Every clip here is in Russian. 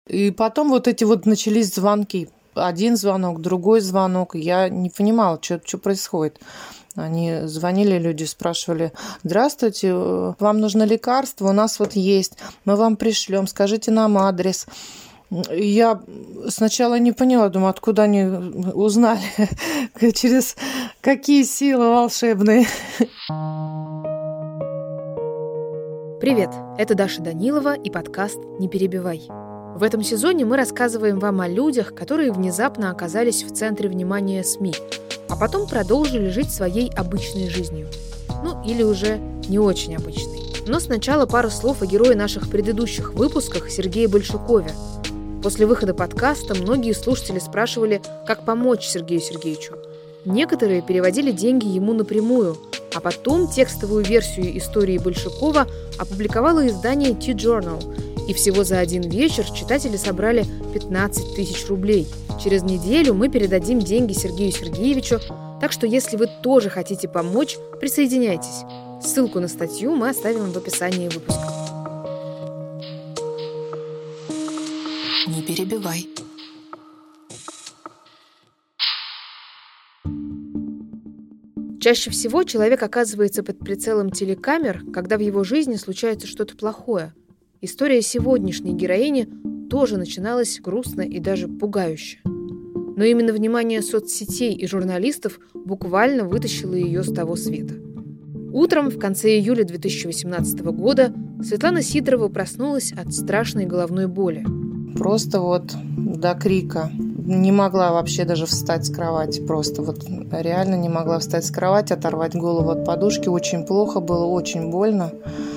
И потом вот эти вот начались звонки. Один звонок, другой звонок. Я не понимала, что происходит. Они звонили, люди спрашивали: здравствуйте, вам нужно лекарство, у нас вот есть, мы вам пришлем, скажите нам адрес. Я сначала не поняла, думаю, откуда они узнали, через какие силы волшебные. Привет, это Даша Данилова и подкаст «Не перебивай». В этом сезоне мы рассказываем вам о людях, которые внезапно оказались в центре внимания СМИ, а потом продолжили жить своей обычной жизнью. Ну, или уже не очень обычной. Но сначала пару слов о герое наших предыдущих выпусках Сергее Большакове. После выхода подкаста многие слушатели спрашивали, как помочь Сергею Сергеевичу. Некоторые переводили деньги ему напрямую, а потом текстовую версию истории Большакова опубликовало издание T-Journal, и всего за один вечер читатели собрали 15 тысяч рублей. Через неделю мы передадим деньги Сергею Сергеевичу, так что если вы тоже хотите помочь, присоединяйтесь. Ссылку на статью мы оставим в описании выпуска. Не перебивай. Чаще всего человек оказывается под прицелом телекамер, когда в его жизни случается что-то плохое. История сегодняшней героини тоже начиналась грустно и даже пугающе. Но именно внимание соцсетей и журналистов буквально вытащило ее с того света. Утром, в конце июля 2018 года, Светлана Сидорова проснулась от страшной головной боли. Просто вот до крика. Не могла вообще даже встать с кровати. Просто вот реально не могла встать с кровати, оторвать голову от подушки. Очень плохо было, очень больно.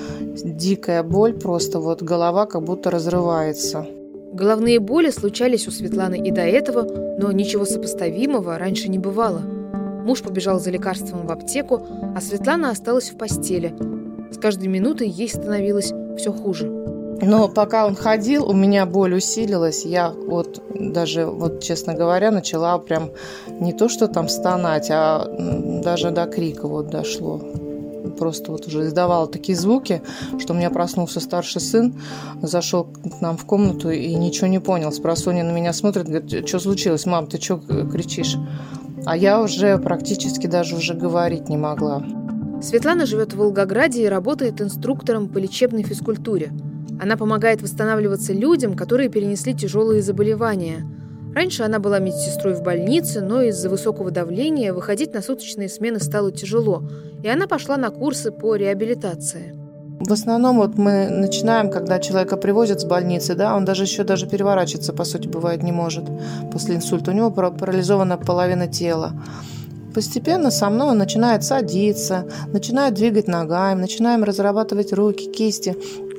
Дикая боль, просто вот голова как будто разрывается. Головные боли случались у Светланы и до этого, но ничего сопоставимого раньше не бывало. Муж побежал за лекарством в аптеку, а Светлана осталась в постели. С каждой минутой ей становилось все хуже. Но пока он ходил, у меня боль усилилась. Я вот даже, вот, честно говоря, начала прям не то, что там стонать, а даже до крика вот дошло. Просто вот уже издавала такие звуки, что у меня проснулся старший сын, зашел к нам в комнату и ничего не понял. Спросонья на меня смотрит, говорит: что случилось, мам, ты что кричишь? А я уже практически даже уже говорить не могла. Светлана живет в Волгограде и работает инструктором по лечебной физкультуре. Она помогает восстанавливаться людям, которые перенесли тяжелые заболевания. Раньше она была медсестрой в больнице, но из-за высокого давления выходить на суточные смены стало тяжело, и она пошла на курсы по реабилитации. В основном вот мы начинаем, когда человека привозят с больницы, да, он даже переворачиваться, по сути, бывает не может после инсульта. У него парализована половина тела. Постепенно со мной он начинает садиться, начинает двигать ногами, начинаем разрабатывать руки, кисти,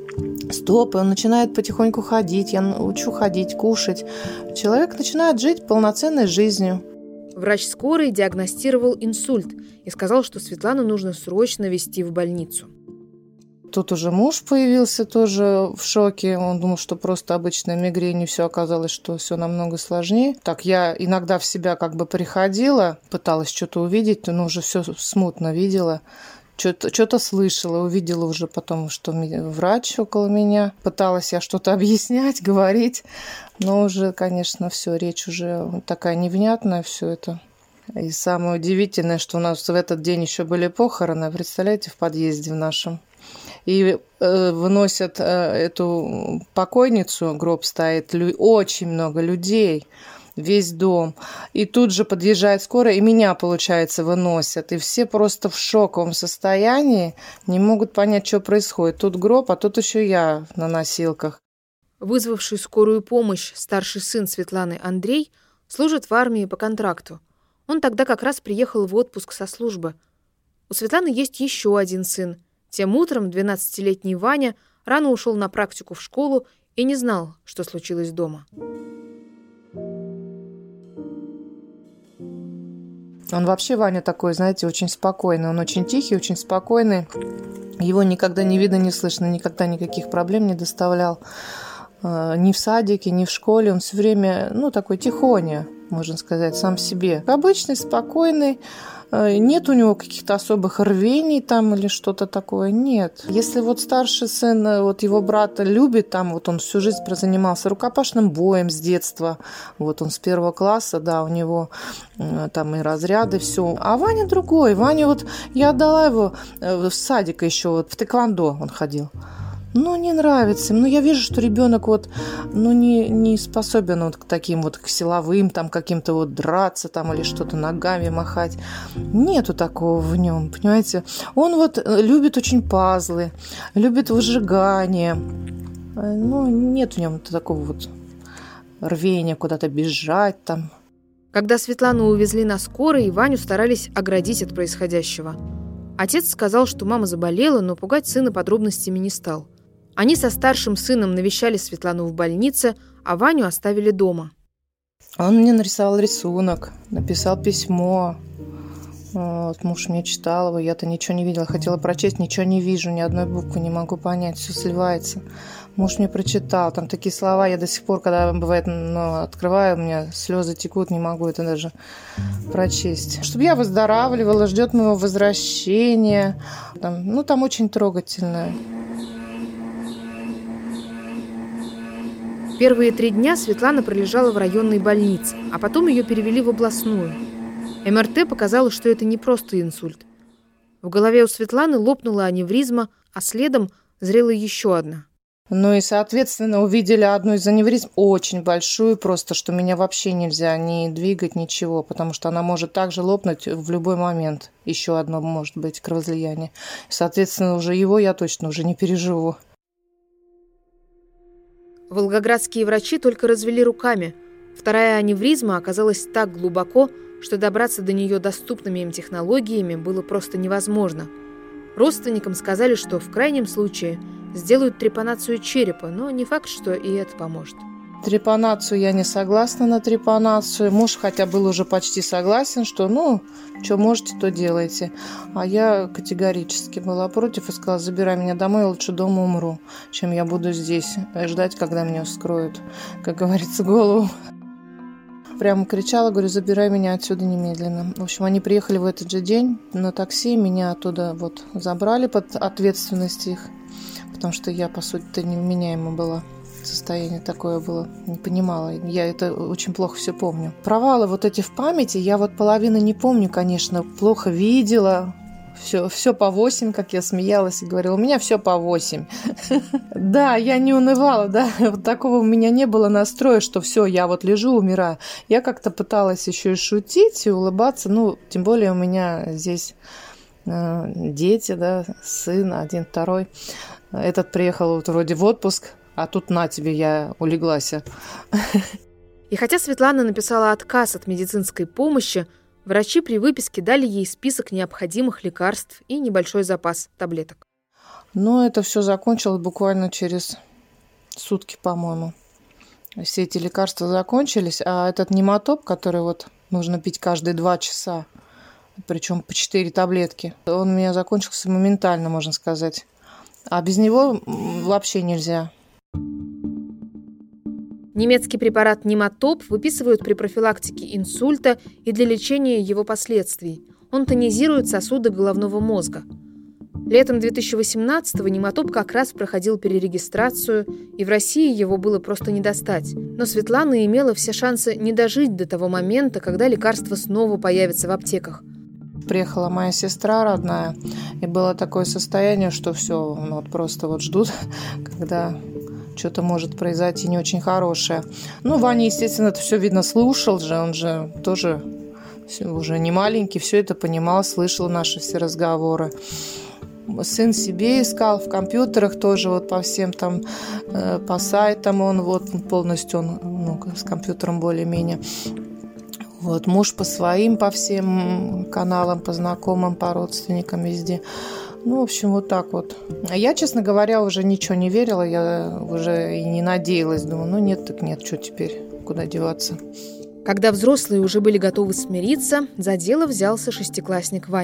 стопы, он начинает потихоньку ходить, я учу ходить, кушать. Человек начинает жить полноценной жизнью. Врач скорой диагностировал инсульт и сказал, что Светлану нужно срочно везти в больницу. Тут уже муж появился тоже в шоке. Он думал, что просто обычная мигрень, и все оказалось, что все намного сложнее. Так я иногда в себя как бы приходила, пыталась что-то увидеть, но уже все смутно видела. Что-то слышала, увидела уже потом, что врач около меня. Пыталась я что-то объяснять, говорить, но уже, конечно, все, речь уже такая невнятная, все это. И самое удивительное, что у нас в этот день еще были похороны, представляете, в подъезде в нашем. И выносят эту покойницу, гроб стоит, очень много людей. Весь дом. И тут же подъезжает скорая, и меня, получается, выносят. И все просто в шоковом состоянии, не могут понять, что происходит. Тут гроб, а тут еще я на носилках. Вызвавший скорую помощь старший сын Светланы Андрей служит в армии по контракту. Он тогда как раз приехал в отпуск со службы. У Светланы есть еще один сын. Тем утром 12-летний Ваня рано ушел на практику в школу и не знал, что случилось дома. Он вообще, Ваня, такой, знаете, очень спокойный. Он очень тихий, очень спокойный. Его никогда не видно, не слышно, никогда никаких проблем не доставлял. Ни в садике, ни в школе. Он все время, такой тихоня, можно сказать, сам себе. Обычный, спокойный, нет у него каких-то особых рвений там или что-то такое, нет. Если вот старший сын, вот его брата любит, там вот он всю жизнь прозанимался рукопашным боем с детства, вот он с 1 класса, да, у него там и разряды, все. А Ваня другой, Ваня вот, я отдала его в садик еще, вот в тэквондо он ходил. Ну, не нравится им. Ну, я вижу, что ребенок вот, ну, не способен вот к таким вот к силовым, там, каким-то вот драться там или что-то ногами махать. Нету такого в нем, понимаете? Он вот любит очень пазлы, любит выжигание. Ну, нет в нем такого вот рвения куда-то бежать там. Когда Светлану увезли на скорой, Ваню старались оградить от происходящего. Отец сказал, что мама заболела, но пугать сына подробностями не стал. Они со старшим сыном навещали Светлану в больнице, а Ваню оставили дома. Он мне нарисовал рисунок, написал письмо. Вот, муж мне читал его, я-то ничего не видела. Хотела прочесть, ничего не вижу, ни одной буквы не могу понять, все сливается. Муж мне прочитал, там такие слова, я до сих пор, когда бывает, открываю, у меня слезы текут, не могу это даже прочесть. Чтобы я выздоравливала, ждет моего возвращения. Там очень трогательное. Первые 3 дня Светлана пролежала в районной больнице, а потом ее перевели в областную. МРТ показало, что это не просто инсульт. В голове у Светланы лопнула аневризма, а следом зрела еще одна. Ну и, соответственно, увидели одну из аневризм, очень большую, просто, что меня вообще нельзя ни двигать, ничего, потому что она может также лопнуть в любой момент. Еще одно может быть кровоизлияние. Соответственно, уже его я точно уже не переживу. Волгоградские врачи только развели руками. Вторая аневризма оказалась так глубоко, что добраться до нее доступными им технологиями было просто невозможно. Родственникам сказали, что в крайнем случае сделают трепанацию черепа, но не факт, что и это поможет. Трепанацию я не согласна на трепанацию. Муж хотя был уже почти согласен, что что можете, то делайте. А я категорически была против и сказала: забирай меня домой, я лучше дома умру, чем я буду здесь ждать, когда меня вскроют, как говорится, голову. Прямо кричала, говорю: забирай меня отсюда немедленно. В общем, они приехали в этот же день на такси, меня оттуда вот забрали под ответственность их, потому что я, по сути-то, невменяема была. Состояние такое было, не понимала. Я это очень плохо все помню. Провалы вот эти в памяти, я вот половины не помню, конечно, плохо видела. Все по 8, как я смеялась и говорила: у меня все по 8. Да, я не унывала, да, вот такого у меня не было настроя, что все, я вот лежу, умираю. Я как-то пыталась еще и шутить, и улыбаться, тем более у меня здесь дети, да, сын, 1, 2. Этот приехал вот вроде в отпуск, а тут на тебе, я улеглась. И хотя Светлана написала отказ от медицинской помощи, врачи при выписке дали ей список необходимых лекарств и небольшой запас таблеток. Но это все закончилось буквально через сутки, по-моему. Все эти лекарства закончились, а этот немотоп, который вот нужно пить каждые 2 часа, причем по 4 таблетки, он у меня закончился моментально, можно сказать. А без него вообще нельзя. Немецкий препарат немотоп выписывают при профилактике инсульта и для лечения его последствий. Он тонизирует сосуды головного мозга. Летом 2018-го немотоп как раз проходил перерегистрацию, и в России его было просто не достать. Но Светлана имела все шансы не дожить до того момента, когда лекарство снова появится в аптеках. Приехала моя сестра родная, и было такое состояние, что все, просто ждут, когда что-то может произойти не очень хорошее. Ваня, естественно, это все видно слушал же, он же тоже уже не маленький, все это понимал, слышал наши все разговоры. Сын себе искал в компьютерах тоже, вот по всем там, по сайтам он полностью, с компьютером более-менее. Муж по своим, по всем каналам, по знакомым, по родственникам, везде. В общем, вот так вот. А я, честно говоря, уже ничего не верила, я уже и не надеялась. Думаю, нет, так нет, что теперь, куда деваться. Когда взрослые уже были готовы смириться, за дело взялся 6-классник Ваня.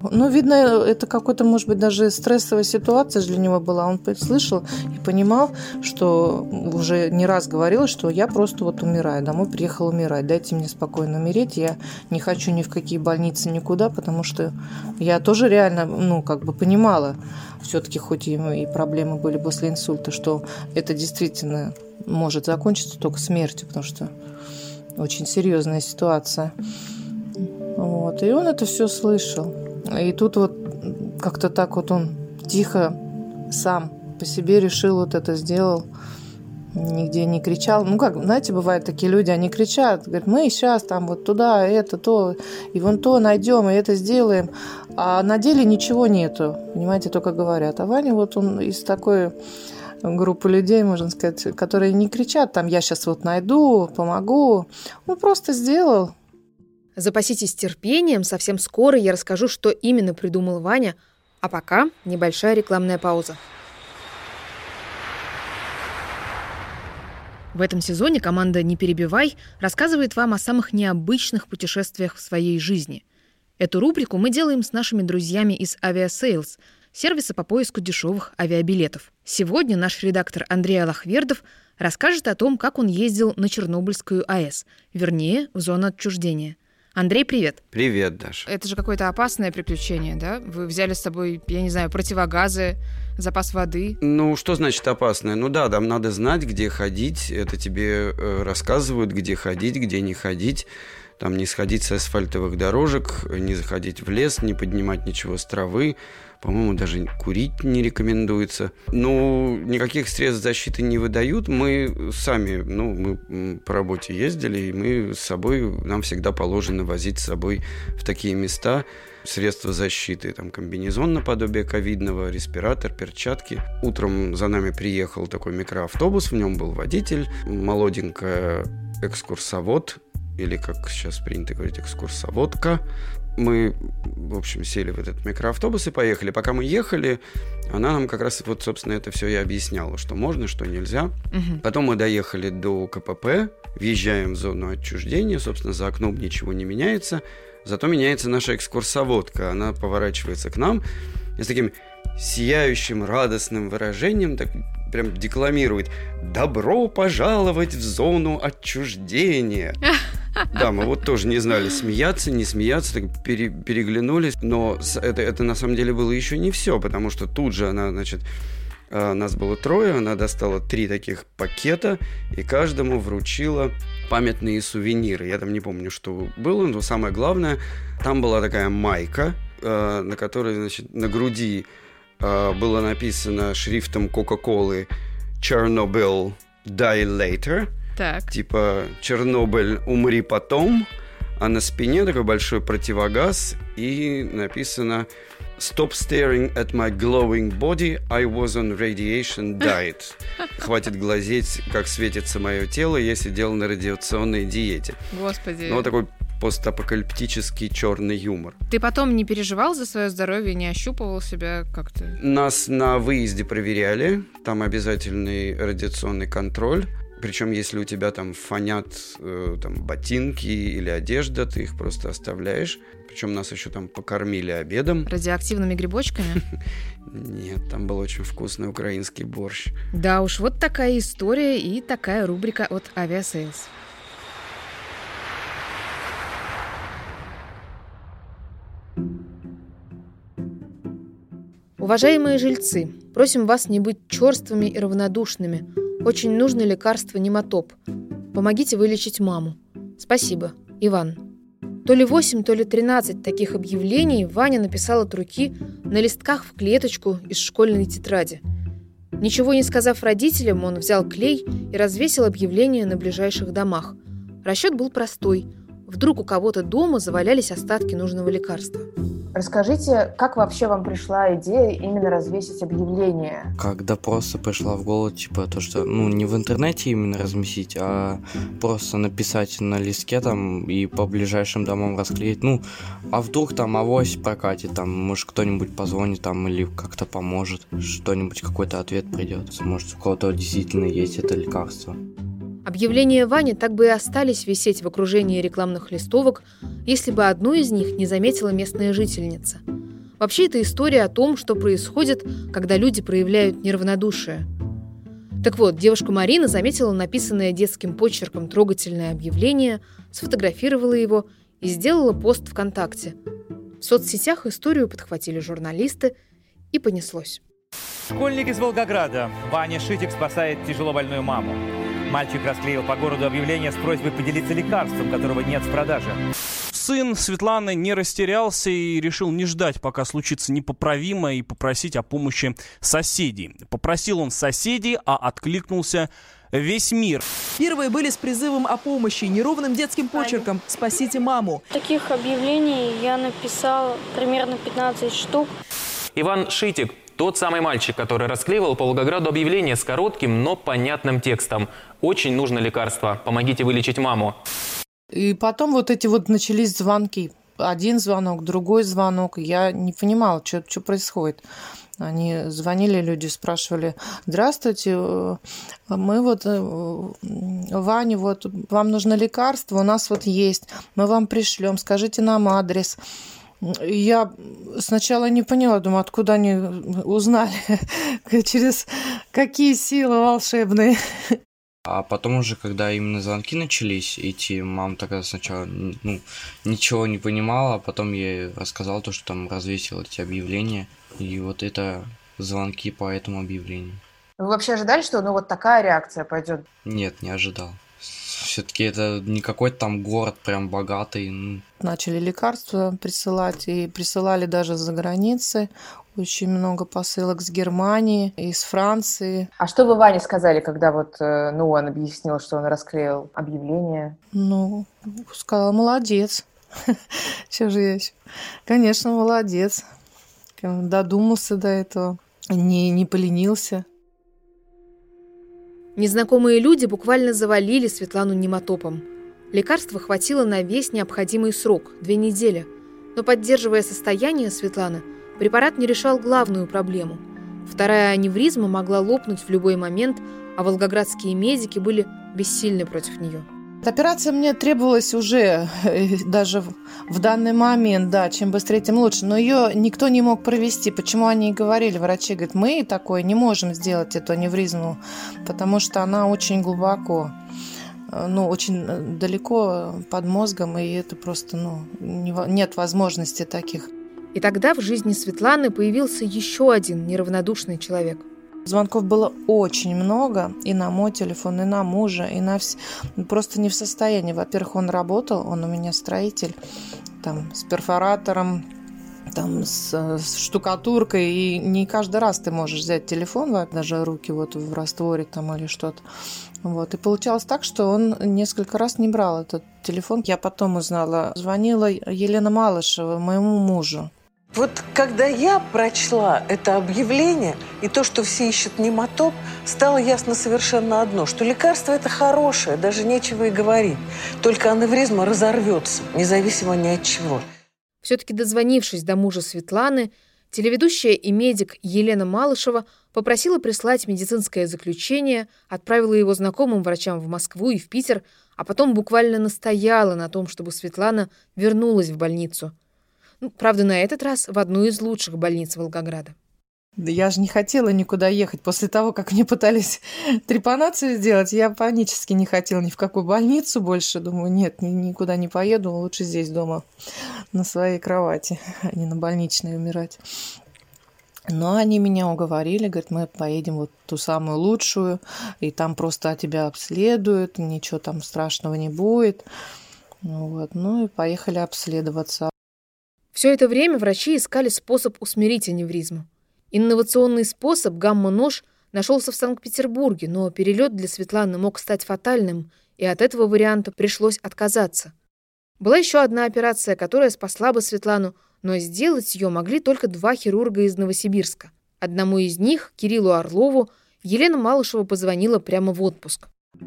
Ну, видно, это какой-то, может быть, даже стрессовая ситуация для него была. Он слышал и понимал, что уже не раз говорил, что я просто вот умираю, домой приехал умирать. Дайте мне спокойно умереть, я не хочу ни в какие больницы, никуда, потому что я тоже реально, понимала, все-таки хоть и проблемы были после инсульта, что это действительно может закончиться только смертью, потому что очень серьезная ситуация. Вот. И он это все слышал. И тут вот как-то так вот он тихо сам по себе решил, вот это сделал. Нигде не кричал. Знаете, бывают такие люди, они кричат, говорят, мы сейчас там вот туда, это, то, и вон то найдем, и это сделаем. А на деле ничего нету, понимаете, только говорят. А Ваня вот он из такой группы людей, можно сказать, которые не кричат, там, я сейчас вот найду, помогу. Он просто сделал. Запаситесь терпением, совсем скоро я расскажу, что именно придумал Ваня, а пока небольшая рекламная пауза. В этом сезоне команда «Не перебивай» рассказывает вам о самых необычных путешествиях в своей жизни. Эту рубрику мы делаем с нашими друзьями из Aviasales, сервиса по поиску дешевых авиабилетов. Сегодня наш редактор Андрей Алахвердов расскажет о том, как он ездил на Чернобыльскую АЭС, вернее, в зону отчуждения. Андрей, привет. Привет, Даша. Это же какое-то опасное приключение, да? Вы взяли с собой, я не знаю, противогазы, запас воды. Ну, что значит опасное? Ну да, там надо знать, где ходить. Это тебе рассказывают, где ходить, где не ходить. Там не сходить с асфальтовых дорожек, не заходить в лес, не поднимать ничего с травы. По-моему, даже курить не рекомендуется. Ну, никаких средств защиты не выдают. Мы сами, мы по работе ездили, и мы с собой, нам всегда положено возить с собой в такие места средства защиты. Там комбинезон наподобие ковидного, респиратор, перчатки. Утром за нами приехал такой микроавтобус, в нем был водитель, молоденькая экскурсовод, или, как сейчас принято говорить, экскурсоводка. Мы, в общем, сели в этот микроавтобус и поехали. Пока мы ехали, она нам как раз вот, собственно, это все и объясняла, что можно, что нельзя. Угу. Потом мы доехали до КПП, въезжаем в зону отчуждения, собственно, за окном ничего не меняется, зато меняется наша экскурсоводка. Она поворачивается к нам и с таким сияющим, радостным выражением так прям декламирует: «Добро пожаловать в зону отчуждения!» Да, мы вот тоже не знали, смеяться, не смеяться, так переглянулись. Но это на самом деле было еще не все, потому что тут же она, нас было 3, она достала 3 таких пакета и каждому вручила памятные сувениры. Я там не помню, что было, но самое главное, там была такая майка, на которой, на груди было написано шрифтом Кока-Колы «Chernobyl, die later». Так. Типа «Чернобыль, умри потом», а на спине такой большой противогаз и написано «Stop staring at my glowing body, I was on radiation diet». Хватит глазеть, как светится мое тело, я сидел на радиационной диете. Господи. Ну, такой постапокалиптический черный юмор. Ты потом не переживал за свое здоровье, не ощупывал себя как-то? Нас на выезде проверяли, там обязательный радиационный контроль. Причем, если у тебя там фонят ботинки или одежда, ты их просто оставляешь. Причем нас еще там покормили обедом. Радиоактивными грибочками? Нет, там был очень вкусный украинский борщ. Да уж, вот такая история и такая рубрика от Aviasales. Уважаемые жильцы, просим вас не быть черствыми и равнодушными. Очень нужно лекарство Немотоп. Помогите вылечить маму. Спасибо, Иван. То ли 8, то ли 13 таких объявлений Ваня написал от руки на листках в клеточку из школьной тетради. Ничего не сказав родителям, он взял клей и развесил объявления на ближайших домах. Расчет был простой. Вдруг у кого-то дома завалялись остатки нужного лекарства. Расскажите, как вообще вам пришла идея именно развесить объявление? Когда просто пришла в голову, то, что, не в интернете именно разместить, а просто написать на листке там и по ближайшим домам расклеить. А вдруг там авось прокатит, может кто-нибудь позвонит там или как-то поможет, что-нибудь, какой-то ответ придет. Может, у кого-то действительно есть это лекарство. Объявления Вани так бы и остались висеть в окружении рекламных листовок, если бы одну из них не заметила местная жительница. Вообще, это история о том, что происходит, когда люди проявляют неравнодушие. Так вот, девушка Марина заметила написанное детским почерком трогательное объявление, сфотографировала его и сделала пост ВКонтакте. В соцсетях историю подхватили журналисты, и понеслось. Школьник из Волгограда. Ваня Шитик спасает тяжело больную маму. Мальчик расклеил по городу объявление с просьбой поделиться лекарством, которого нет в продаже. Сын Светланы не растерялся и решил не ждать, пока случится непоправимое, и попросить о помощи соседей. Попросил он соседей, а откликнулся весь мир. Первые были с призывом о помощи, неровным детским почерком «Спасите маму». Таких объявлений я написал примерно 15 штук. Иван Шитик. Тот самый мальчик, который расклеивал по Волгограду объявление с коротким, но понятным текстом. «Очень нужно лекарство. Помогите вылечить маму». И потом вот эти вот начались звонки. Один звонок, другой звонок. Я не понимала, что происходит. Они звонили, люди спрашивали: здравствуйте, мы вот, Ваня, вот вам нужно лекарство, у нас вот есть, мы вам пришлем, скажите нам адрес. Я сначала не поняла, думаю, откуда они узнали, через какие силы волшебные. А потом уже, когда именно звонки начались идти, мама тогда сначала ничего не понимала, а потом я ей рассказал то, что там развесил эти объявления. И вот это звонки по этому объявлению. Вы вообще ожидали, что вот такая реакция пойдет? Нет, не ожидал. Все-таки это не какой-то там город прям богатый. Начали лекарства присылать, и присылали даже за границей. Очень много посылок с Германии, из Франции. А что вы Ване сказали, когда он объяснил, что он расклеил объявление? Сказала, молодец. Что же я еще? Конечно, молодец. Додумался до этого, не поленился. Незнакомые люди буквально завалили Светлану немотопом. Лекарства хватило на весь необходимый срок – 2 недели. Но, поддерживая состояние Светланы, препарат не решал главную проблему. Вторая аневризма могла лопнуть в любой момент, а волгоградские медики были бессильны против нее. Операция мне требовалась уже даже в данный момент, да, чем быстрее, тем лучше. Но ее никто не мог провести. Почему они и говорили, врачи говорят, мы такое не можем сделать, эту аневризму, потому что она очень глубоко, очень далеко под мозгом, и это просто, нет возможности таких. И тогда в жизни Светланы появился еще один неравнодушный человек. Звонков было очень много, и на мой телефон, и на мужа, и на просто не в состоянии. Во-первых, он работал, он у меня строитель, там, с перфоратором, там, с штукатуркой, и не каждый раз ты можешь взять телефон, даже руки вот в растворе там или что-то. Вот. И получалось так, что он несколько раз не брал этот телефон. Я потом узнала, звонила Елена Малышева, моему мужу. Вот когда я прочла это объявление и то, что все ищут немотоп, стало ясно совершенно одно, что лекарство это хорошее, даже нечего и говорить. Только аневризма разорвется, независимо ни от чего. Все-таки дозвонившись до мужа Светланы, телеведущая и медик Елена Малышева попросила прислать медицинское заключение, отправила его знакомым врачам в Москву и в Питер, а потом буквально настояла на том, чтобы Светлана вернулась в больницу. Правда, на этот раз в одну из лучших больниц Волгограда. Да я же не хотела никуда ехать. После того, как мне пытались трепанацию сделать, я панически не хотела ни в какую больницу больше. Думаю, нет, никуда не поеду, лучше здесь дома на своей кровати, а не на больничной умирать. Но они меня уговорили, говорят, мы поедем вот в ту самую лучшую, и там просто тебя обследуют, ничего там страшного не будет. И поехали обследоваться. Все это время врачи искали способ усмирить аневризму. Инновационный способ гамма-нож нашелся в Санкт-Петербурге, но перелет для Светланы мог стать фатальным, и от этого варианта пришлось отказаться. Была еще одна операция, которая спасла бы Светлану, но сделать ее могли только 2 хирурга из Новосибирска. Одному из них, Кириллу Орлову, Елена Малышева позвонила прямо в отпуск.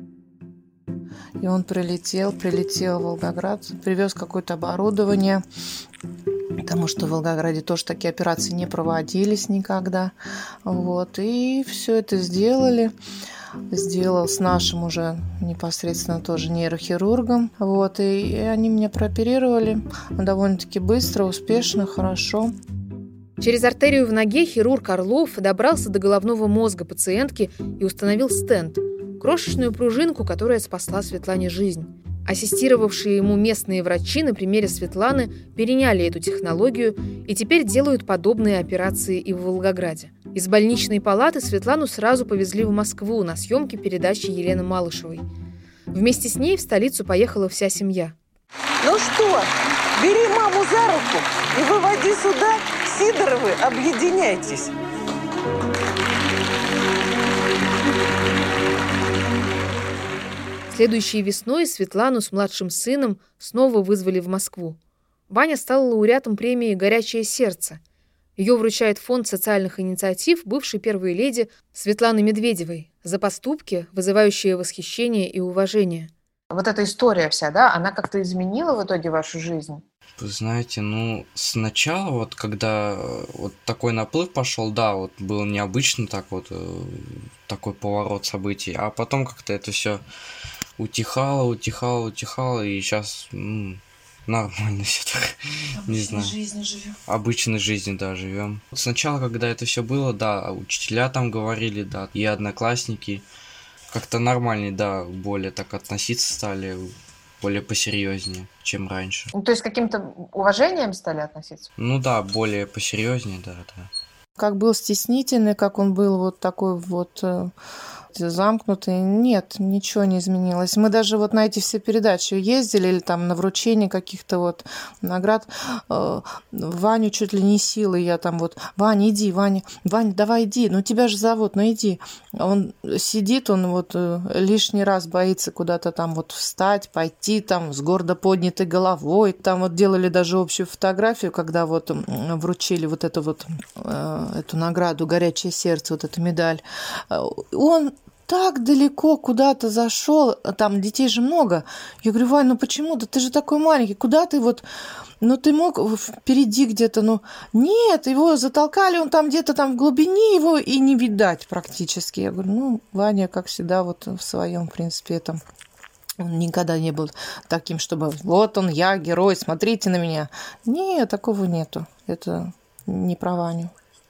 И он прилетел в Волгоград, привез какое-то оборудование, потому что в Волгограде тоже такие операции не проводились никогда. И все это сделал с нашим уже непосредственно тоже нейрохирургом. И они меня прооперировали довольно-таки быстро, успешно, хорошо. Через артерию в ноге хирург Орлов добрался до головного мозга пациентки и установил стенд – крошечную пружинку, которая спасла Светлане жизнь. Ассистировавшие ему местные врачи на примере Светланы переняли эту технологию и теперь делают подобные операции и в Волгограде. Из больничной палаты Светлану сразу повезли в Москву на съемки передачи Елены Малышевой. Вместе с ней в столицу поехала вся семья. Ну что, бери маму за руку и выводи сюда. Сидоровы, объединяйтесь. Следующей весной Светлану с младшим сыном снова вызвали в Москву. Ваня стала лауреатом премии «Горячее сердце». Ее вручает фонд социальных инициатив бывшей первой леди Светланы Медведевой за поступки, вызывающие восхищение и уважение. Вот эта история вся, да, она как-то изменила в итоге вашу жизнь? Вы знаете, сначала, вот когда вот такой наплыв пошел, да, вот было необычно так вот, такой поворот событий, а потом как-то это все утихало, и сейчас нормально все так, не знаю. Обычной жизнью живем. Обычной жизнью, да, живем. Сначала, когда это все было, да, учителя там говорили, да, и одноклассники как-то нормальнее, да, более так относиться стали, более посерьезнее, чем раньше. То есть каким-то уважением стали относиться? Ну да, более посерьезнее, да. Как был стеснительный, как он был вот такой вот замкнутый, нет, ничего не изменилось. Мы даже вот на эти все передачи ездили или там на вручение каких-то вот наград. Ваню чуть ли не силой я там вот: Ваня, иди, Ваня, давай иди, ну тебя же зовут, ну иди. Он сидит, он вот лишний раз боится куда-то там вот встать, пойти там с гордо поднятой головой. Там вот делали даже общую фотографию, когда вот вручили вот эту вот эту награду «Горячее сердце», вот эту медаль. Он так далеко куда-то зашел, там детей же много. Я говорю: Вань, ну почему? Да ты же такой маленький, куда ты вот... Ну ты мог впереди где-то, ну... Нет, его затолкали, он там где-то там в глубине, его и не видать практически. Я говорю: Ваня, как всегда, вот в своем, в принципе, этом... Он никогда не был таким, чтобы вот он, я герой, смотрите на меня. Нет, такого нету. Это не про Ваню.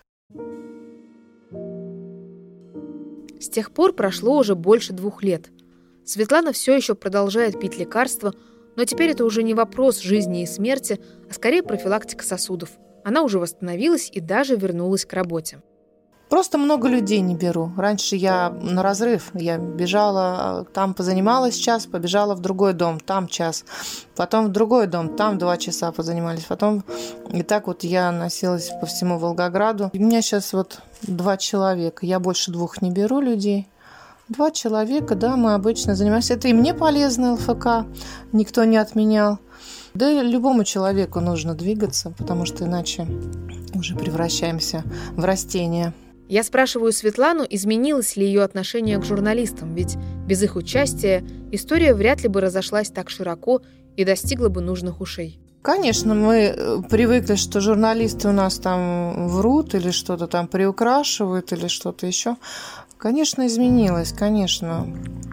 С тех пор прошло уже больше 2 лет. Светлана все еще продолжает пить лекарства, но теперь это уже не вопрос жизни и смерти, а скорее профилактика сосудов. Она уже восстановилась и даже вернулась к работе. Просто много людей не беру. Раньше я на разрыв. Я бежала, там позанималась час, побежала в другой дом, там час. Потом в другой дом, там 2 часа позанимались. Потом и так вот я носилась по всему Волгограду. У меня сейчас вот 2 человека. Я больше 2 не беру людей. 2 человека, да, мы обычно занимаемся. Это и мне полезно, ЛФК. Никто не отменял. Да и любому человеку нужно двигаться, потому что иначе уже превращаемся в растения. Я спрашиваю Светлану, изменилось ли ее отношение к журналистам, ведь без их участия история вряд ли бы разошлась так широко и достигла бы нужных ушей. Конечно, мы привыкли, что журналисты у нас там врут или что-то там приукрашивают или что-то еще. Конечно, изменилось, конечно.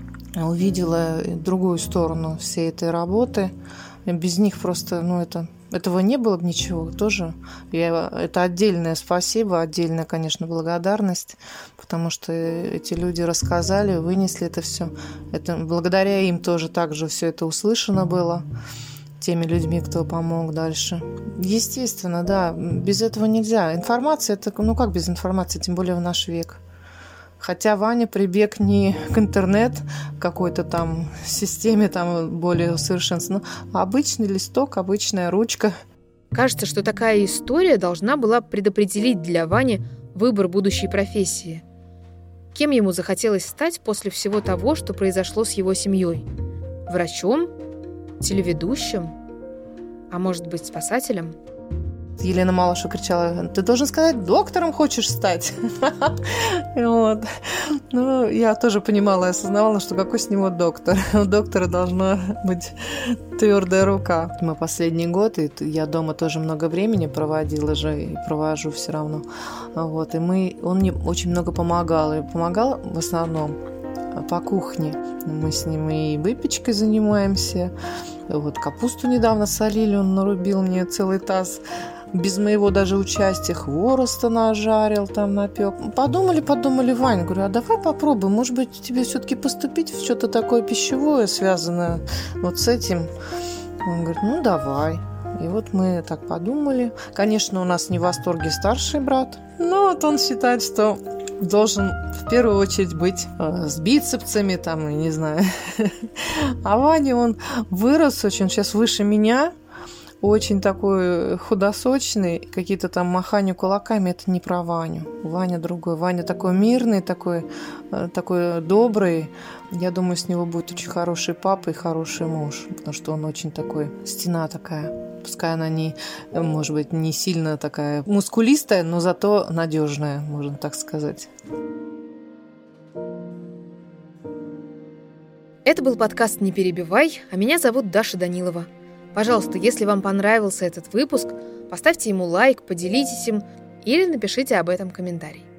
Увидела другую сторону всей этой работы. Без них просто, этого не было бы ничего тоже. Это отдельное спасибо, отдельная, конечно, благодарность, потому что эти люди рассказали, вынесли это все. Это благодаря им тоже так же все это услышано было, теми людьми, кто помог дальше. Естественно, да, без этого нельзя. Информация, это, как без информации, тем более в наш век. Хотя Ваня прибег не к интернет, какой-то там системе там более усовершенствованной, а обычный листок, обычная ручка. Кажется, что такая история должна была предопределить для Вани выбор будущей профессии. Кем ему захотелось стать после всего того, что произошло с его семьей? Врачом? Телеведущим? А может быть, спасателем? Елена Малышева кричала: ты должен сказать, доктором хочешь стать. Вот. Я тоже понимала и осознавала, что какой с него доктор. У доктора должна быть твердая рука. Мы последний год, и я дома тоже много времени проводила же, и провожу все равно. Вот. И он мне очень много помогал. И помогал в основном по кухне. Мы с ним и выпечкой занимаемся. Вот капусту недавно солили, он нарубил мне целый таз. без моего даже участия хвороста нажарил, там напек. Подумали, Вань, говорю, а давай попробуем, может быть, тебе все-таки поступить в что-то такое пищевое, связанное вот с этим. Он говорит, ну давай. И вот мы так подумали. Конечно, у нас не в восторге старший брат, но вот он считает, что должен в первую очередь быть с бицепсами, там, я не знаю. А Ваня, он вырос очень, сейчас выше меня, очень такой худосочный, какие-то там махания кулаками, это не про Ваню. Ваня другой. Ваня такой мирный, такой добрый. Я думаю, с него будет очень хороший папа и хороший муж, потому что он очень такой, стена такая. Пускай она не, может быть, не сильно такая мускулистая, но зато надежная, можно так сказать. Это был подкаст «Не перебивай», а меня зовут Даша Данилова. Пожалуйста, если вам понравился этот выпуск, поставьте ему лайк, поделитесь им или напишите об этом комментарий.